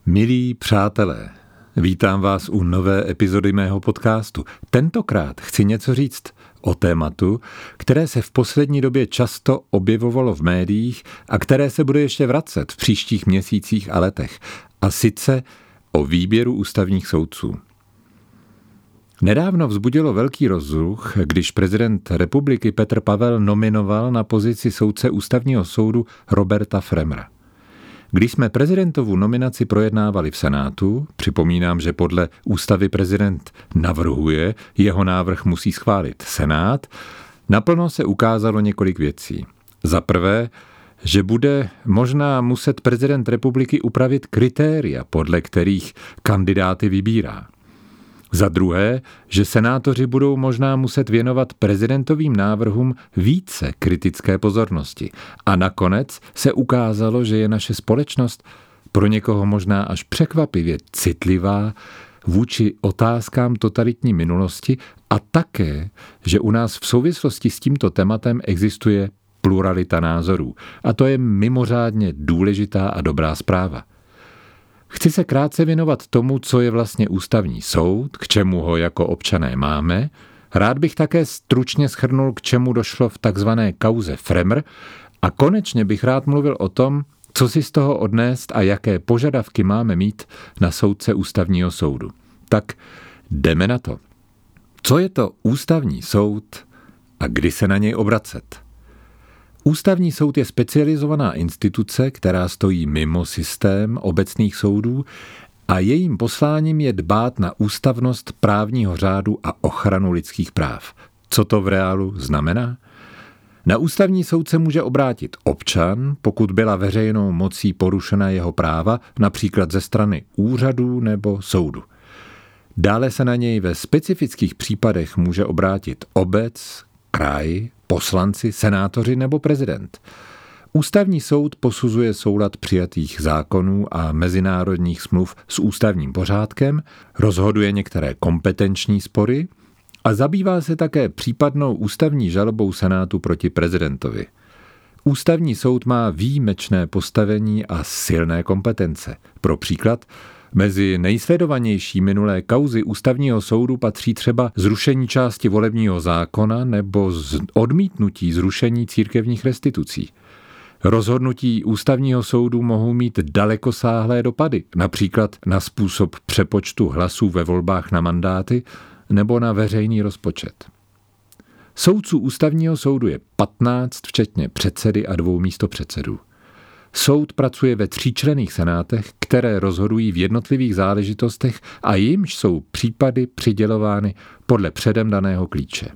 Milí přátelé, vítám vás u nové epizody mého podcastu. Tentokrát chci něco říct o tématu, které se v poslední době často objevovalo v médiích a které se bude ještě vracet v příštích měsících a letech. A sice o výběru ústavních soudců. Nedávno vzbudilo velký rozruch, když prezident republiky Petr Pavel nominoval na pozici soudce ústavního soudu Roberta Fremra. Když jsme prezidentovu nominaci projednávali v Senátu, připomínám, že podle ústavy prezident navrhuje, jeho návrh musí schválit Senát, naplno se ukázalo několik věcí. Za prvé, že bude možná muset prezident republiky upravit kritéria, podle kterých kandidáty vybírá. Za druhé, že senátoři budou možná muset věnovat prezidentovým návrhům více kritické pozornosti. A nakonec se ukázalo, že je naše společnost pro někoho možná až překvapivě citlivá vůči otázkám totalitní minulosti a také, že u nás v souvislosti s tímto tématem existuje pluralita názorů. A to je mimořádně důležitá a dobrá zpráva. Chci se krátce věnovat tomu, co je vlastně ústavní soud, k čemu ho jako občané máme. Rád bych také stručně shrnul, k čemu došlo v takzvané kauze Fremr a konečně bych rád mluvil o tom, co si z toho odnést a jaké požadavky máme mít na soudce ústavního soudu. Tak jdeme na to. Co je to ústavní soud a kdy se na něj obracet? Ústavní soud je specializovaná instituce, která stojí mimo systém obecných soudů a jejím posláním je dbát na ústavnost právního řádu a ochranu lidských práv. Co to v reálu znamená? Na ústavní soud se může obrátit občan, pokud byla veřejnou mocí porušena jeho práva, například ze strany úřadů nebo soudu. Dále se na něj ve specifických případech může obrátit obec, kraj, poslanci, senátoři nebo prezident. Ústavní soud posuzuje soulad přijatých zákonů a mezinárodních smluv s ústavním pořádkem, rozhoduje některé kompetenční spory a zabývá se také případnou ústavní žalobou Senátu proti prezidentovi. Ústavní soud má výjimečné postavení a silné kompetence. Pro příklad, mezi nejsledovanější minulé kauzy ústavního soudu patří třeba zrušení části volebního zákona nebo odmítnutí zrušení církevních restitucí. Rozhodnutí ústavního soudu mohou mít dalekosáhlé dopady, například na způsob přepočtu hlasů ve volbách na mandáty nebo na veřejný rozpočet. Soudců ústavního soudu je 15, včetně předsedy a 2 místopředsedů. Soud pracuje ve 3členných senátech, které rozhodují v jednotlivých záležitostech a jimž jsou případy přidělovány podle předem daného klíče.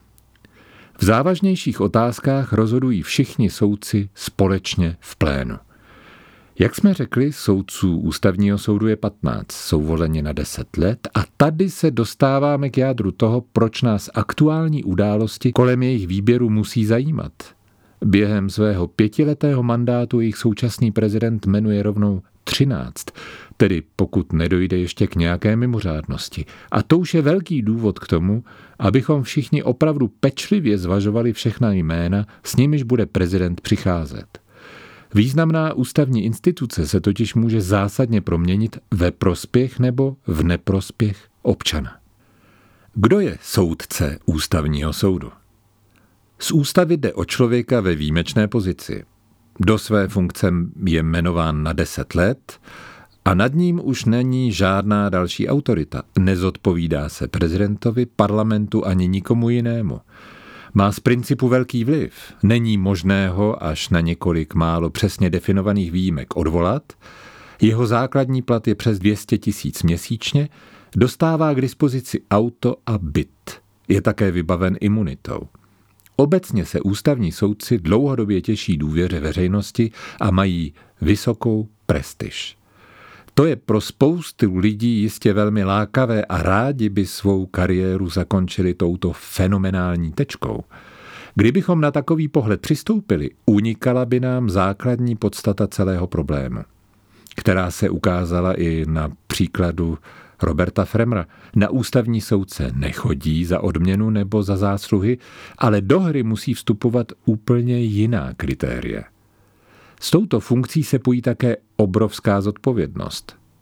V závažnějších otázkách rozhodují všichni soudci společně v plénu. Jak jsme řekli, soudců ústavního soudu je 15, jsou voleni na 10 let a tady se dostáváme k jádru toho, proč nás aktuální události kolem jejich výběru musí zajímat. Během svého 5letého mandátu jejich současný prezident jmenuje rovnou 13, tedy pokud nedojde ještě k nějaké mimořádnosti. A to už je velký důvod k tomu, abychom všichni opravdu pečlivě zvažovali všechna jména, s nimiž bude prezident přicházet. Významná ústavní instituce se totiž může zásadně proměnit ve prospěch nebo v neprospěch občana. Kdo je soudce ústavního soudu? Z ústavy jde o člověka ve výjimečné pozici. Do své funkce je jmenován na 10 let a nad ním už není žádná další autorita. Nezodpovídá se prezidentovi, parlamentu ani nikomu jinému. Má z principu velký vliv. Není možné ho až na několik málo přesně definovaných výjimek odvolat. Jeho základní plat je přes 200 000 měsíčně, dostává k dispozici auto a byt. Je také vybaven imunitou. Obecně se ústavní soudci dlouhodobě těší důvěře veřejnosti a mají vysokou prestiž. To je pro spoustu lidí jistě velmi lákavé a rádi by svou kariéru zakončili touto fenomenální tečkou. Kdybychom na takový pohled přistoupili, unikala by nám základní podstata celého problému, která se ukázala i na příkladu Roberta Fremra. Na ústavní soudce nechodí za odměnu nebo za zásluhy, ale do hry musí vstupovat úplně jiná kritéria. S touto funkcí se pojí také obrovská zodpovědnost.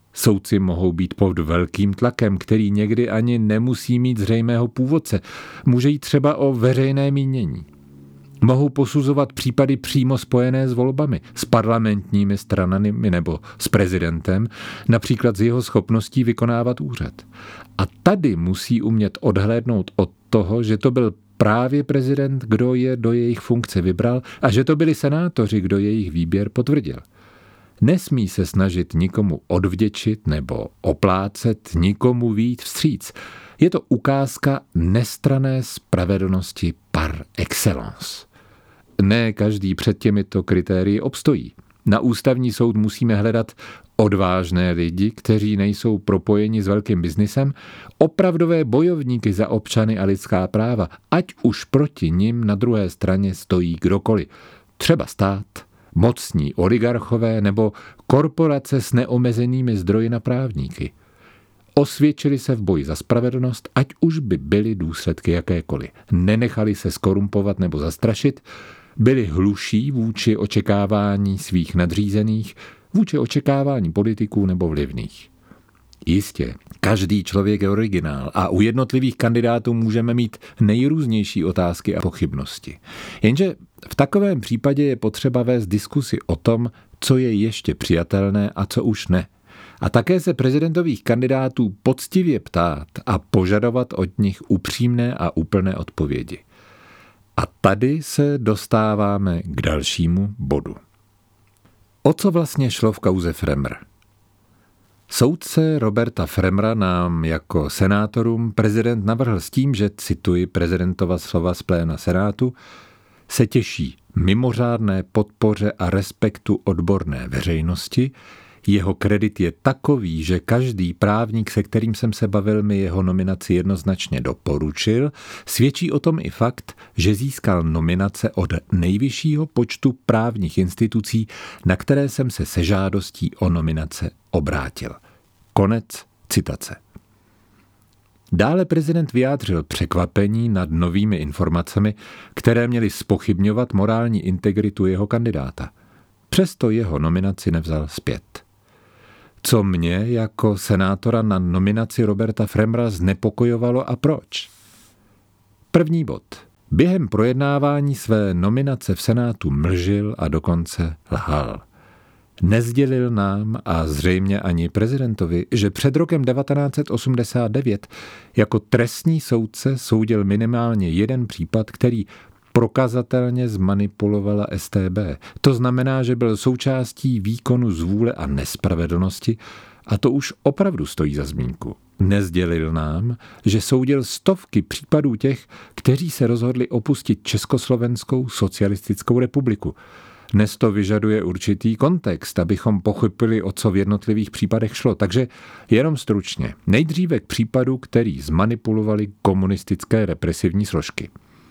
Soudci mohou být pod velkým tlakem, který někdy ani nemusí mít zřejmého původce. Může jít třeba o veřejné mínění. Mohou posuzovat případy přímo spojené s volbami, s parlamentními stranami nebo s prezidentem, například z jeho schopností vykonávat úřad. A tady musí umět odhlédnout od toho, že to byl právě prezident, kdo je do jejich funkce vybral a že to byli senátoři, kdo jejich výběr potvrdil. Nesmí se snažit nikomu odvděčit nebo oplácet, nikomu vyjít vstříc. Je to ukázka nestranné spravedlnosti par excellence. Ne každý před těmito kritérii obstojí. Na ústavní soud musíme hledat odvážné lidi, kteří nejsou propojeni s velkým biznisem, opravdové bojovníky za občany a lidská práva, ať už proti nim na druhé straně stojí kdokoliv. Třeba stát, mocní oligarchové nebo korporace s neomezenými zdroji na právníky. Osvědčili se v boji za spravedlnost, ať už by byly důsledky jakékoliv. Nenechali se skorumpovat nebo zastrašit, byli hluší vůči očekávání svých nadřízených, vůči očekávání politiků nebo vlivných. Jistě, každý člověk je originál a u jednotlivých kandidátů můžeme mít nejrůznější otázky a pochybnosti. Jenže v takovém případě je potřeba vést diskusi o tom, co je ještě přijatelné a co už ne. A také se prezidentových kandidátů poctivě ptát a požadovat od nich upřímné a úplné odpovědi. A tady se dostáváme k dalšímu bodu. O co vlastně šlo v kauze Fremr? Soudce Roberta Fremra nám jako senátorům prezident navrhl s tím, že, cituji prezidentova slova z pléna Senátu, se těší mimořádné podpoře a respektu odborné veřejnosti. Jeho kredit je takový, že každý právník, se kterým jsem se bavil, mi jeho nominaci jednoznačně doporučil. Svědčí o tom i fakt, že získal nominace od nejvyššího počtu právních institucí, na které jsem se se žádostí o nominace obrátil. Konec citace. Dále prezident vyjádřil překvapení nad novými informacemi, které měly zpochybňovat morální integritu jeho kandidáta. Přesto jeho nominaci nevzal zpět. Co mě jako senátora na nominaci Roberta Fremra znepokojovalo a proč? První bod. Během projednávání své nominace v Senátu mlžil a dokonce lhal. Nesdělil nám a zřejmě ani prezidentovi, že před rokem 1989 jako trestní soudce soudil minimálně jeden případ, který prokazatelně zmanipulovala StB. To znamená, že byl součástí výkonu zvůle a nespravedlnosti a to už opravdu stojí za zmínku. Nesdělil nám, že soudil stovky případů těch, kteří se rozhodli opustit Československou socialistickou republiku. Dnes to vyžaduje určitý kontext, abychom pochopili, o co v jednotlivých případech šlo. Takže jenom stručně. Nejdříve k případu, který zmanipulovali komunistické represivní složky.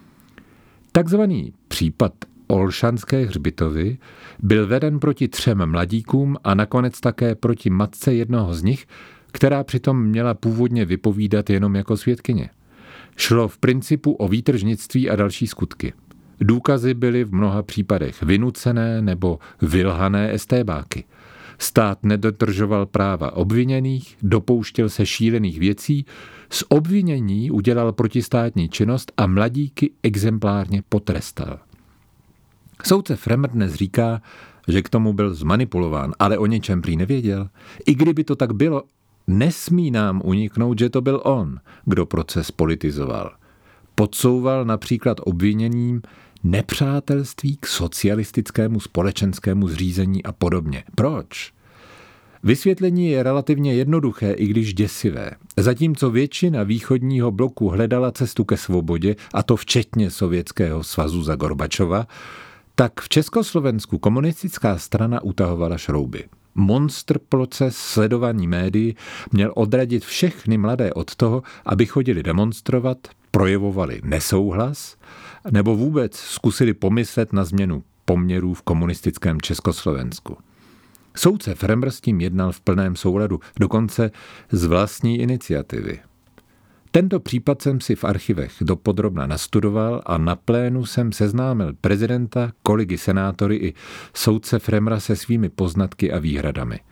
Takzvaný případ Olšanské hřbitovy byl veden proti 3 mladíkům a nakonec také proti matce jednoho z nich, která přitom měla původně vypovídat jenom jako svědkyně. Šlo v principu o výtržnictví a další skutky. Důkazy byly v mnoha případech vynucené nebo vylhané estébáky. Stát nedodržoval práva obviněných, dopouštěl se šílených věcí, z obvinění udělal protistátní činnost a mladíky exemplárně potrestal. Soudce Fremr dnes říká, že k tomu byl zmanipulován, ale o něčem prý nevěděl. I kdyby to tak bylo, nesmí nám uniknout, že to byl on, kdo proces politizoval. Podsouval například obviněním nepřátelství k socialistickému společenskému zřízení a podobně. Proč? Vysvětlení je relativně jednoduché, i když děsivé. Zatímco většina východního bloku hledala cestu ke svobodě, a to včetně Sovětského svazu za Gorbačova, tak v Československu komunistická strana utahovala šrouby. Monster proces sledovaní médií měl odradit všechny mladé od toho, aby chodili demonstrovat, projevovali nesouhlas, nebo vůbec zkusili pomyslet na změnu poměrů v komunistickém Československu. Soudce Fremr s tím jednal v plném souladu, dokonce z vlastní iniciativy. Tento případ jsem si v archivech dopodrobna nastudoval a na plénu jsem seznámil prezidenta, kolegy senátory i soudce Fremra se svými poznatky a výhradami.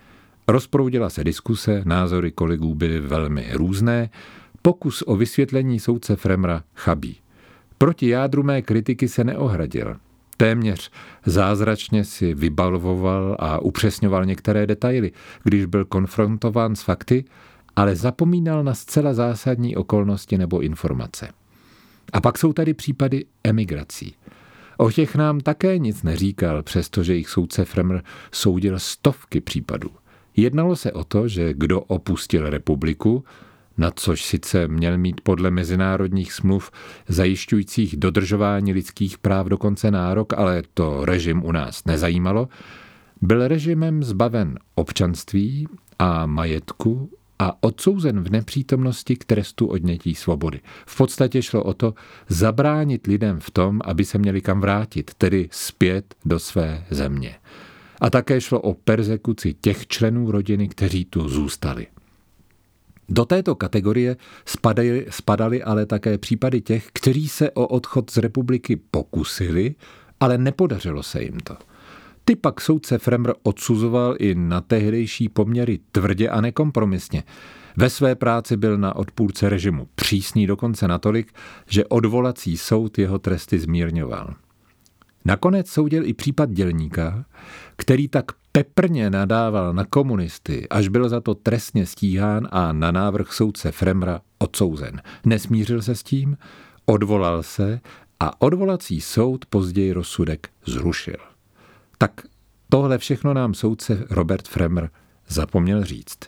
Rozproudila se diskuse, názory kolegů byly velmi různé, pokus o vysvětlení soudce Fremra chabý. Proti jádru mé kritiky se neohradil. Téměř zázračně si vybalovoval a upřesňoval některé detaily, když byl konfrontován s fakty, ale zapomínal na zcela zásadní okolnosti nebo informace. A pak jsou tady případy emigrací. O těch nám také nic neříkal, přestože jich soudce Fremr soudil stovky případů. Jednalo se o to, že kdo opustil republiku, na což sice měl mít podle mezinárodních smluv zajišťujících dodržování lidských práv dokonce nárok, ale to režim u nás nezajímalo, byl režimem zbaven občanství a majetku a odsouzen v nepřítomnosti k trestu odnětí svobody. V podstatě šlo o to zabránit lidem v tom, aby se měli kam vrátit, tedy zpět do své země. A také šlo o perzekuci těch členů rodiny, kteří tu zůstali. Do této kategorie spadaly ale také případy těch, kteří se o odchod z republiky pokusili, ale nepodařilo se jim to. Ty pak soudce Fremr odsuzoval i na tehdejší poměry tvrdě a nekompromisně. Ve své práci byl na odpůrce režimu přísný dokonce natolik, že odvolací soud jeho tresty zmírňoval. Nakonec soudil i případ dělníka, který tak peprně nadával na komunisty, až byl za to trestně stíhán a na návrh soudce Fremra odsouzen. Nesmířil se s tím, odvolal se a odvolací soud později rozsudek zrušil. Tak tohle všechno nám soudce Robert Fremr zapomněl říct.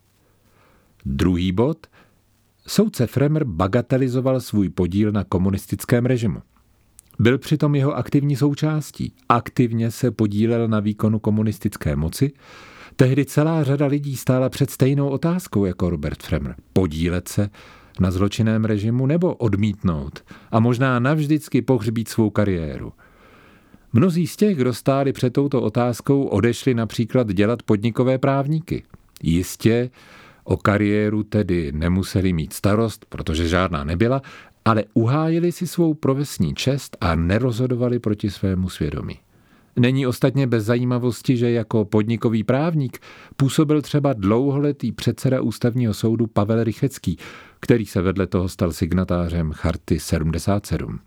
Druhý bod. Soudce Fremr bagatelizoval svůj podíl na komunistickém režimu. Byl přitom jeho aktivní součástí. Aktivně se podílel na výkonu komunistické moci. Tehdy celá řada lidí stála před stejnou otázkou jako Robert Fremr. Podílet se na zločinném režimu nebo odmítnout a možná navždycky pohřbít svou kariéru. Mnozí z těch, kdo stáli před touto otázkou, odešli například dělat podnikové právníky. Jistě o kariéru tedy nemuseli mít starost, protože žádná nebyla, ale uhájili si svou profesní čest a nerozhodovali proti svému svědomí. Není ostatně bez zajímavosti, že jako podnikový právník působil třeba dlouholetý předseda Ústavního soudu Pavel Rychecký, který se vedle toho stal signatářem Charty 77.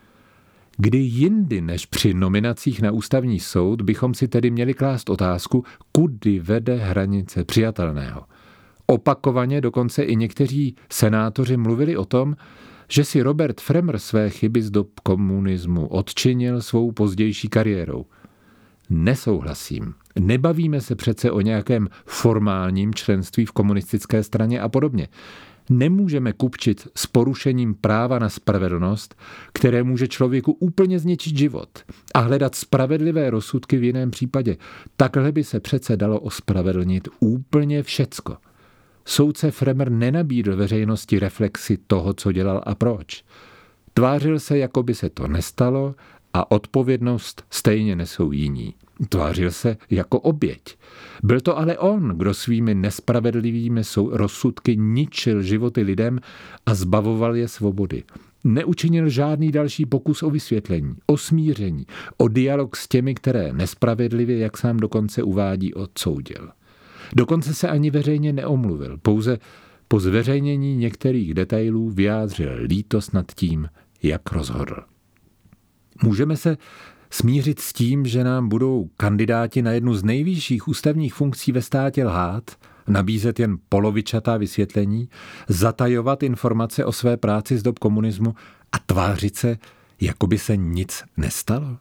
Kdy jindy než při nominacích na Ústavní soud bychom si tedy měli klást otázku, kudy vede hranice přijatelného. Opakovaně dokonce i někteří senátoři mluvili o tom, že si Robert Fremr své chyby z dob komunismu odčinil svou pozdější kariérou. Nesouhlasím. Nebavíme se přece o nějakém formálním členství v komunistické straně a podobně. Nemůžeme kupčit s porušením práva na spravedlnost, které může člověku úplně zničit život, a hledat spravedlivé rozsudky v jiném případě. Takhle by se přece dalo ospravedlnit úplně všecko. Soudce Fremr nenabídl veřejnosti reflexi toho, co dělal a proč. Tvářil se, jako by se to nestalo a odpovědnost stejně nesou jiní. Tvářil se jako oběť. Byl to ale on, kdo svými nespravedlivými rozsudky ničil životy lidem a zbavoval je svobody. Neučinil žádný další pokus o vysvětlení, o smíření, o dialog s těmi, které nespravedlivě, jak sám dokonce uvádí, odsoudil. Dokonce se ani veřejně neomluvil, pouze po zveřejnění některých detailů vyjádřil lítost nad tím, jak rozhodl. Můžeme se smířit s tím, že nám budou kandidáti na jednu z nejvyšších ústavních funkcí ve státě lhát, nabízet jen polovičatá vysvětlení, zatajovat informace o své práci z dob komunismu a tvářit se, jako by se nic nestalo?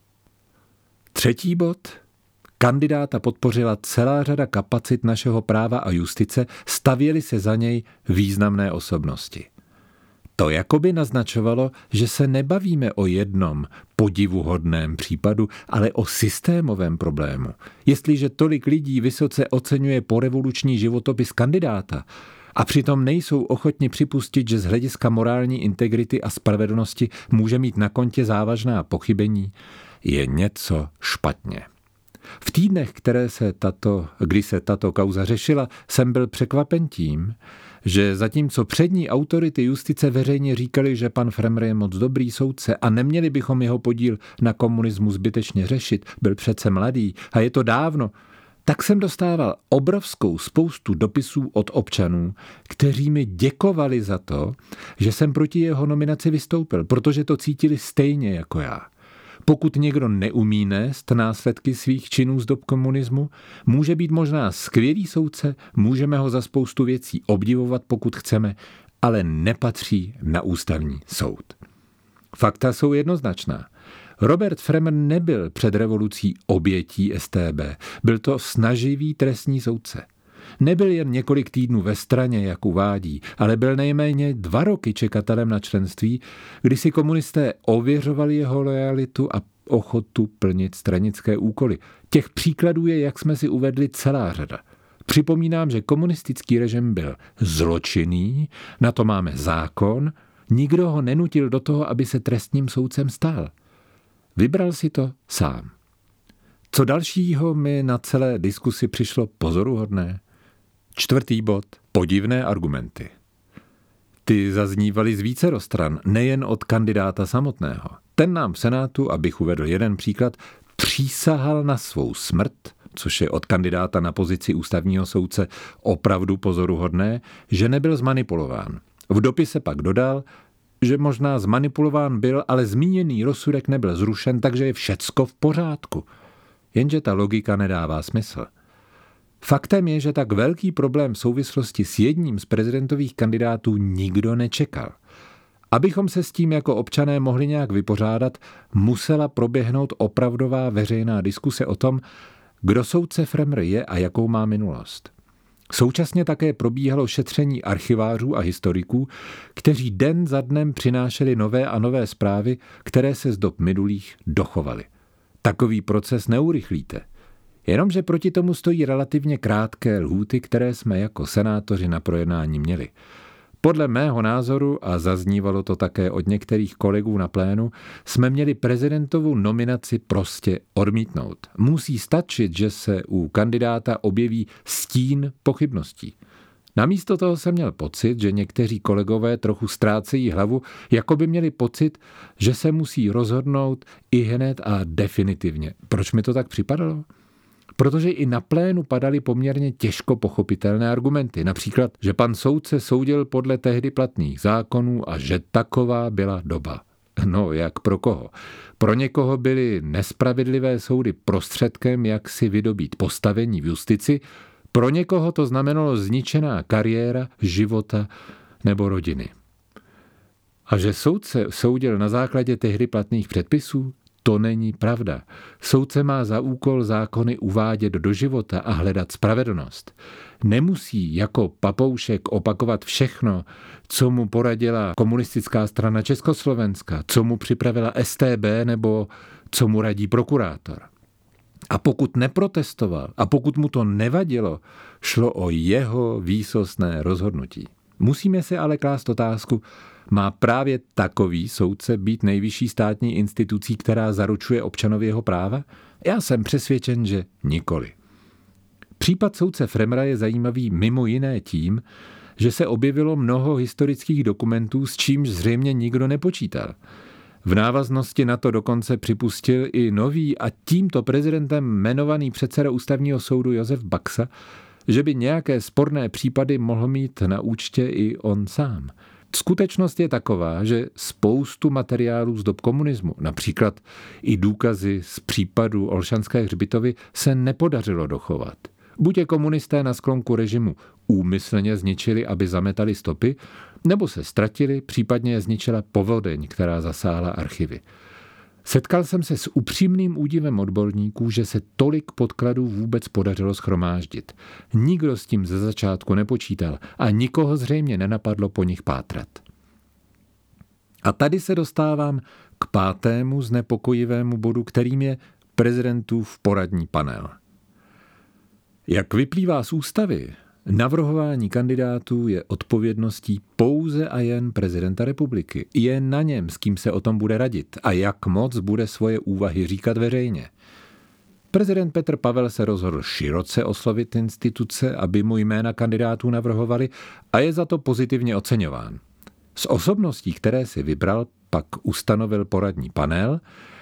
Třetí bod. Kandidáta podpořila celá řada kapacit našeho práva a justice, stavěly se za něj významné osobnosti. To jakoby naznačovalo, že se nebavíme o jednom podivuhodném případu, ale o systémovém problému. Jestliže tolik lidí vysoce oceňuje porevoluční životopis kandidáta a přitom nejsou ochotni připustit, že z hlediska morální integrity a spravedlnosti může mít na kontě závažná pochybení, je něco špatně. V týdnech, kdy se tato kauza řešila, jsem byl překvapen tím, že zatímco přední autority justice veřejně říkali, že pan Fremr je moc dobrý soudce a neměli bychom jeho podíl na komunismu zbytečně řešit, byl přece mladý a je to dávno, tak jsem dostával obrovskou spoustu dopisů od občanů, kteří mi děkovali za to, že jsem proti jeho nominaci vystoupil, protože to cítili stejně jako já. Pokud někdo neumí nést následky svých činů z dob komunismu, může být možná skvělý soudce, můžeme ho za spoustu věcí obdivovat, pokud chceme, ale nepatří na ústavní soud. Fakta jsou jednoznačná. Robert Fremr nebyl před revolucí obětí StB, byl to snaživý trestní soudce. Nebyl jen několik týdnů ve straně, jak uvádí, ale byl nejméně 2 roky čekatelem na členství, kdy si komunisté ověřovali jeho lojalitu a ochotu plnit stranické úkoly. Těch příkladů je, jak jsme si uvedli, celá řada. Připomínám, že komunistický režim byl zločinný, na to máme zákon, nikdo ho nenutil do toho, aby se trestním soudcem stal. Vybral si to sám. Co dalšího mi na celé diskusi přišlo pozoruhodné? 4. bod. Podivné argumenty. Ty zaznívaly z vícero stran, nejen od kandidáta samotného. Ten nám v Senátu, abych uvedl jeden příklad, přísahal na svou smrt, což je od kandidáta na pozici ústavního soudce opravdu pozoruhodné, že nebyl zmanipulován. V dopise pak dodal, že možná zmanipulován byl, ale zmíněný rozsudek nebyl zrušen, takže je všecko v pořádku. Jenže ta logika nedává smysl. Faktem je, že tak velký problém v souvislosti s jedním z prezidentových kandidátů nikdo nečekal. Abychom se s tím jako občané mohli nějak vypořádat, musela proběhnout opravdová veřejná diskuse o tom, kdo soudce Fremr je a jakou má minulost. Současně také probíhalo šetření archivářů a historiků, kteří den za dnem přinášeli nové a nové zprávy, které se z dob minulých dochovaly. Takový proces neurychlíte. Jenomže proti tomu stojí relativně krátké lhůty, které jsme jako senátoři na projednání měli. Podle mého názoru, a zaznívalo to také od některých kolegů na plénu, jsme měli prezidentovu nominaci prostě odmítnout. Musí stačit, že se u kandidáta objeví stín pochybností. Namísto toho jsem měl pocit, že někteří kolegové trochu ztrácejí hlavu, jako by měli pocit, že se musí rozhodnout ihned a definitivně. Proč mi to tak připadalo? Protože i na plénu padaly poměrně těžko pochopitelné argumenty. Například, že pan soudce soudil podle tehdy platných zákonů a že taková byla doba. No, jak pro koho? Pro někoho byly nespravedlivé soudy prostředkem, jak si vydobít postavení v justici, pro někoho to znamenalo zničená kariéra, života nebo rodiny. A že soudce soudil na základě tehdy platných předpisů? To není pravda. Soudce má za úkol zákony uvádět do života a hledat spravedlnost. Nemusí jako papoušek opakovat všechno, co mu poradila komunistická strana Československa, co mu připravila StB nebo co mu radí prokurátor. A pokud neprotestoval a pokud mu to nevadilo, šlo o jeho výsostné rozhodnutí. Musíme si ale klást otázku, má právě takový soudce být nejvyšší státní institucí, která zaručuje občanovi jeho práva? Já jsem přesvědčen, že nikoli. Případ soudce Fremra je zajímavý mimo jiné tím, že se objevilo mnoho historických dokumentů, s čímž zřejmě nikdo nepočítal. V návaznosti na to dokonce připustil i nový a tímto prezidentem jmenovaný předseda ústavního soudu Josef Baxa, že by nějaké sporné případy mohl mít na účtě i on sám. Skutečnost je taková, že spoustu materiálů z dob komunismu, například i důkazy z případu Olšanské hřbitovy, se nepodařilo dochovat. Buď je komunisté na sklonku režimu úmyslně zničili, aby zametali stopy, nebo se ztratili, případně je zničila povodeň, která zasáhla archivy. Setkal jsem se s upřímným údivem odborníků, že se tolik podkladů vůbec podařilo shromáždit. Nikdo s tím ze začátku nepočítal a nikoho zřejmě nenapadlo po nich pátrat. A tady se dostávám k 5. znepokojivému bodu, kterým je prezidentův poradní panel. Jak vyplývá z ústavy, navrhování kandidátů je odpovědností pouze a jen prezidenta republiky. Je na něm, s kým se o tom bude radit a jak moc bude svoje úvahy říkat veřejně. Prezident Petr Pavel se rozhodl široce oslovit instituce, aby mu jména kandidátů navrhovali a je za to pozitivně oceňován. Z osobností, které si vybral, pak ustanovil poradní panel,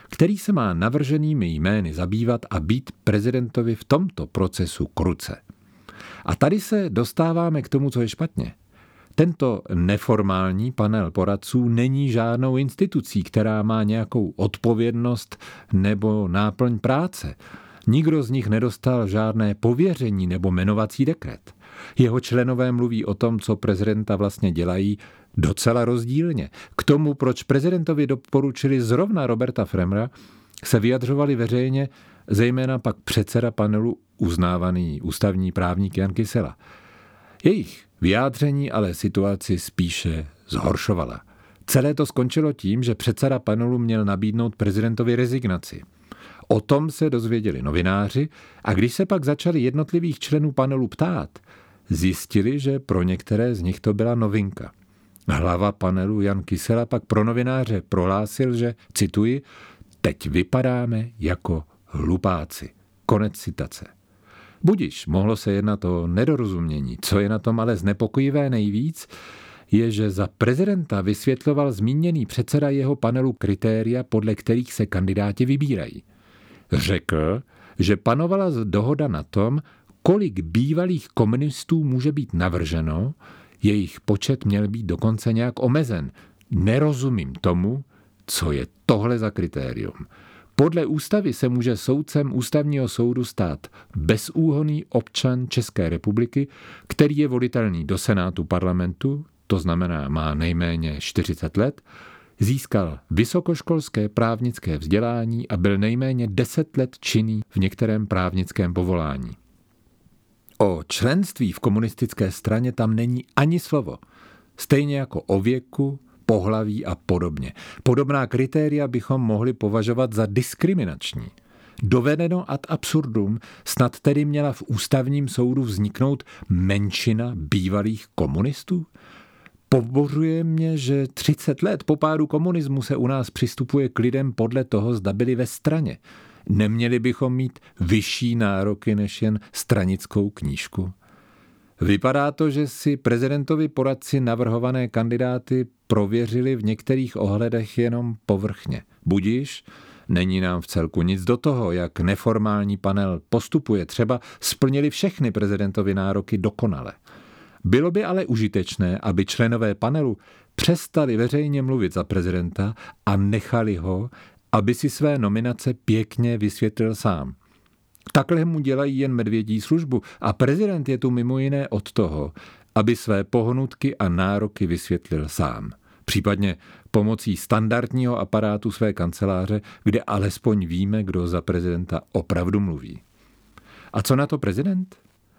který se má navrženými jmény zabývat a být prezidentovi v tomto procesu k ruce. A tady se dostáváme k tomu, co je špatně. Tento neformální panel poradců není žádnou institucí, která má nějakou odpovědnost nebo náplň práce. Nikdo z nich nedostal žádné pověření nebo jmenovací dekret. Jeho členové mluví o tom, co prezidenta vlastně dělají, docela rozdílně. K tomu, proč prezidentovi doporučili zrovna Roberta Fremera, se vyjadřovali veřejně zejména pak předseda panelu uznávaný ústavní právník Jan Kysela. Jejich vyjádření ale situaci spíše zhoršovala. Celé to skončilo tím, že předseda panelu měl nabídnout prezidentovi rezignaci. O tom se dozvěděli novináři a když se pak začali jednotlivých členů panelu ptát, zjistili, že pro některé z nich to byla novinka. Hlava panelu Jan Kysela pak pro novináře prohlásil, že, cituji, teď vypadáme jako hlupáci. Konec citace. Budiž, mohlo se jednat o nedorozumění. Co je na tom ale znepokojivé nejvíc, je, že za prezidenta vysvětloval zmíněný předseda jeho panelu kritéria, podle kterých se kandidáti vybírají. Řekl, že panovala dohoda na tom, kolik bývalých komunistů může být navrženo, jejich počet měl být dokonce nějak omezen. Nerozumím tomu, co je tohle za kritérium. Podle ústavy se může soudcem ústavního soudu stát bezúhonný občan České republiky, který je volitelný do Senátu parlamentu, to znamená má nejméně 40 let, získal vysokoškolské právnické vzdělání a byl nejméně 10 let činný v některém právnickém povolání. O členství v komunistické straně tam není ani slovo, stejně jako o věku, pohlaví a podobně. Podobná kritéria bychom mohli považovat za diskriminační. Dovedeno ad absurdum, snad tedy měla v ústavním soudu vzniknout menšina bývalých komunistů? Pobořuje mě, že 30 let po pádu komunismu se u nás přistupuje k lidem podle toho, zda byli ve straně. Neměli bychom mít vyšší nároky než jen stranickou knížku? Vypadá to, že si prezidentovi poradci navrhované kandidáty prověřili v některých ohledech jenom povrchně. Budiž, není nám v celku nic do toho, jak neformální panel postupuje, třeba splnili všechny prezidentovy nároky dokonale. Bylo by ale užitečné, aby členové panelu přestali veřejně mluvit za prezidenta a nechali ho, aby si své nominace pěkně vysvětlil sám. Takhle mu dělají jen medvědí službu a prezident je tu mimo jiné od toho, aby své pohnutky a nároky vysvětlil sám. Případně pomocí standardního aparátu své kanceláře, kde alespoň víme, kdo za prezidenta opravdu mluví. A co na to prezident?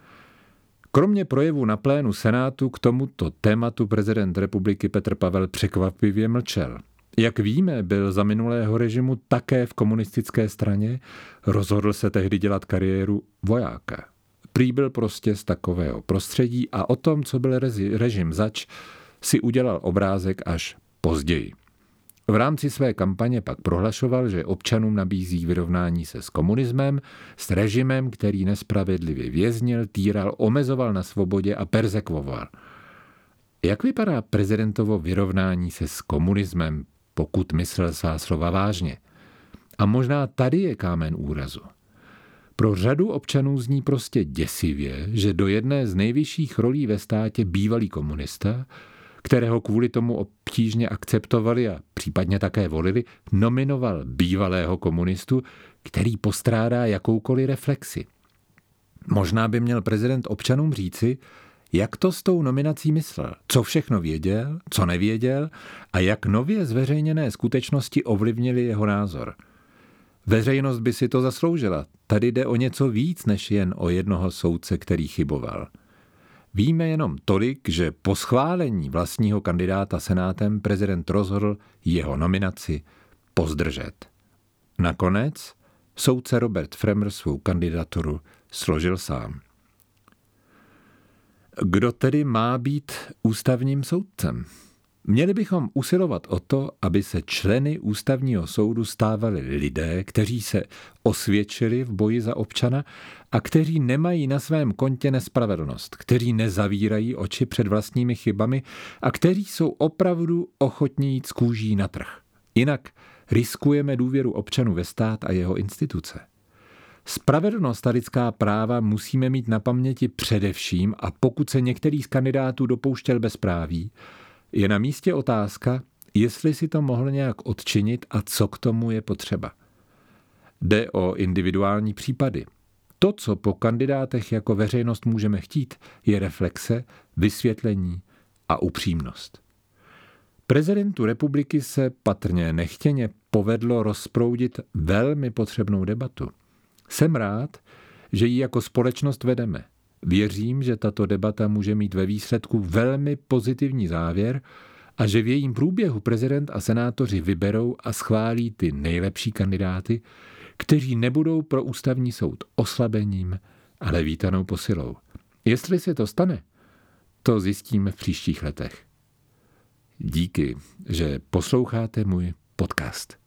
Kromě projevu na plénu Senátu k tomuto tématu prezident republiky Petr Pavel překvapivě mlčel. Jak víme, byl za minulého režimu také v komunistické straně, rozhodl se tehdy dělat kariéru vojáka. Prý byl prostě z takového prostředí a o tom, co byl režim zač, si udělal obrázek až později. V rámci své kampaně pak prohlašoval, že občanům nabízí vyrovnání se s komunismem, s režimem, který nespravedlivě věznil, týral, omezoval na svobodě a perzekvoval. Jak vypadá prezidentovo vyrovnání se s komunismem, pokud myslel svá slova vážně? A možná tady je kámen úrazu. Pro řadu občanů zní prostě děsivě, že do jedné z nejvyšších rolí ve státě bývalý komunista, kterého kvůli tomu obtížně akceptovali a případně také volili, nominoval bývalého komunistu, který postrádá jakoukoliv reflexi. Možná by měl prezident občanům říci, jak to s tou nominací myslel, co všechno věděl, co nevěděl a jak nově zveřejněné skutečnosti ovlivnily jeho názor. Veřejnost by si to zasloužila. Tady jde o něco víc než jen o jednoho soudce, který chyboval. Víme jenom tolik, že po schválení vlastního kandidáta senátem prezident rozhodl jeho nominaci pozdržet. Nakonec soudce Robert Fremer svou kandidaturu složil sám. Kdo tedy má být ústavním soudcem? Měli bychom usilovat o to, aby se členy ústavního soudu stávali lidé, kteří se osvědčili v boji za občana a kteří nemají na svém kontě nespravedlnost, kteří nezavírají oči před vlastními chybami a kteří jsou opravdu ochotní jít z kůží na trh. Jinak riskujeme důvěru občanů ve stát a jeho instituce. Spravedlnost a lidská práva musíme mít na paměti především a pokud se některý z kandidátů dopouštěl bezpráví, je na místě otázka, jestli si to mohl nějak odčinit a co k tomu je potřeba. Jde o individuální případy. To, co po kandidátech jako veřejnost můžeme chtít, je reflexe, vysvětlení a upřímnost. Prezidentu republiky se patrně nechtěně povedlo rozproudit velmi potřebnou debatu. Jsem rád, že ji jako společnost vedeme. Věřím, že tato debata může mít ve výsledku velmi pozitivní závěr a že v jejím průběhu prezident a senátoři vyberou a schválí ty nejlepší kandidáty, kteří nebudou pro ústavní soud oslabením, ale vítanou posilou. Jestli se to stane, to zjistíme v příštích letech. Díky, že posloucháte můj podcast.